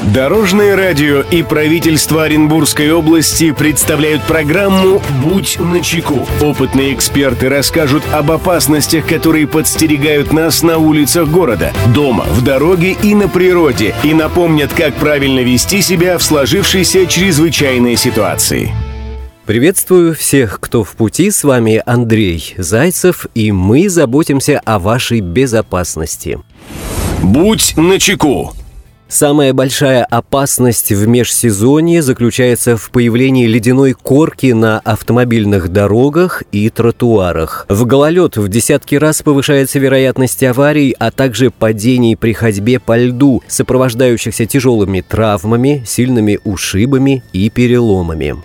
Дорожное радио и правительство Оренбургской области представляют программу «Будь начеку». Опытные эксперты расскажут об опасностях, которые подстерегают нас на улицах города, дома, в дороге и на природе, и напомнят, как правильно вести себя в сложившейся чрезвычайной ситуации. Приветствую всех, кто в пути. С вами Андрей Зайцев, и мы заботимся о вашей безопасности. Будь начеку. Самая большая опасность в межсезонье заключается в появлении ледяной корки на автомобильных дорогах и тротуарах. В гололед в десятки раз повышается вероятность аварий, а также падений при ходьбе по льду, сопровождающихся тяжелыми травмами, сильными ушибами и переломами.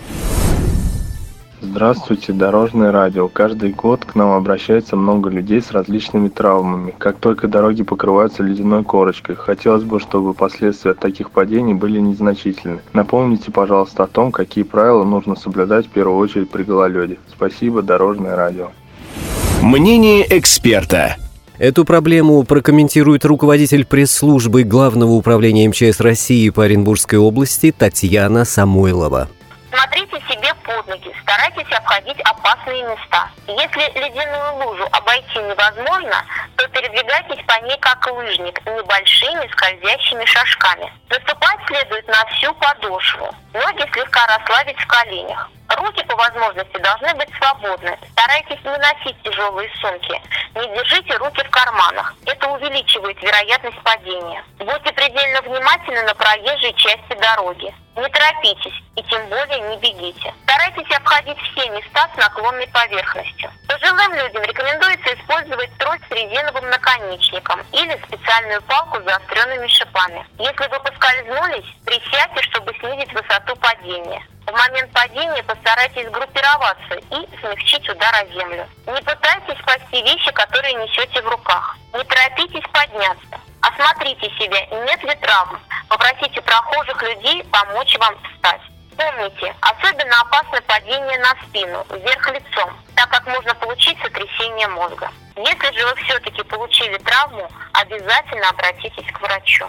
Здравствуйте, Дорожное радио. Каждый год к нам обращается много людей с различными травмами. Как только дороги покрываются ледяной корочкой, хотелось бы, чтобы последствия от таких падений были незначительны. Напомните, пожалуйста, о том, какие правила нужно соблюдать в первую очередь при гололеде. Спасибо, Дорожное радио. Мнение эксперта. Эту проблему прокомментирует руководитель пресс-службы Главного управления МЧС России по Оренбургской области Татьяна Самойлова. Смотрите себе под ноги, старайтесь обходить опасные места. Если ледяную лужу обойти невозможно, то передвигайтесь по ней как лыжник, небольшими скользящими шажками. Наступать следует на всю подошву. Ноги слегка расслабить в коленях. Руки по возможности должны быть свободны. Старайтесь не носить тяжелые сумки. Не держите руки в карманах. Это увеличивает вероятность падения. Будьте предельно внимательны на проезжей части дороги. Не торопитесь и тем более не бегите. Старайтесь обходить все места с наклонной поверхностью. Пожилым людям рекомендуется использовать трость с резиновым наконечником или специальную палку с заостренными шипами. Если вы поскользнулись, присядьте, чтобы снизить высоту падения. В момент падения постарайтесь группироваться и смягчить удар о землю. Не пытайтесь спасти вещи, которые несете в руках. Не торопитесь подняться. Осмотрите себя, нет ли травм. Попросите прохожих людей помочь вам встать. Помните, особенно опасно падение на спину, вверх лицом, так как можно получить сотрясение мозга. Если же вы все-таки получили травму, обязательно обратитесь к врачу.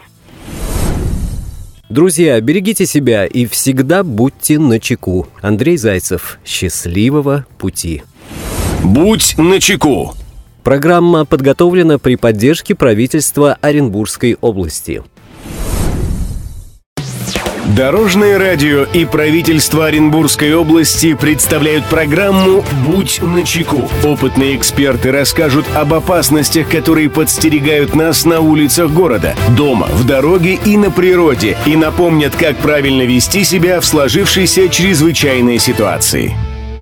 Друзья, берегите себя и всегда будьте начеку. Андрей Зайцев. Счастливого пути. Будь начеку. Программа подготовлена при поддержке правительства Оренбургской области. Дорожное радио и правительство Оренбургской области представляют программу «Будь начеку». Опытные эксперты расскажут об опасностях, которые подстерегают нас на улицах города, дома, в дороге и на природе, и напомнят, как правильно вести себя в сложившейся чрезвычайной ситуации.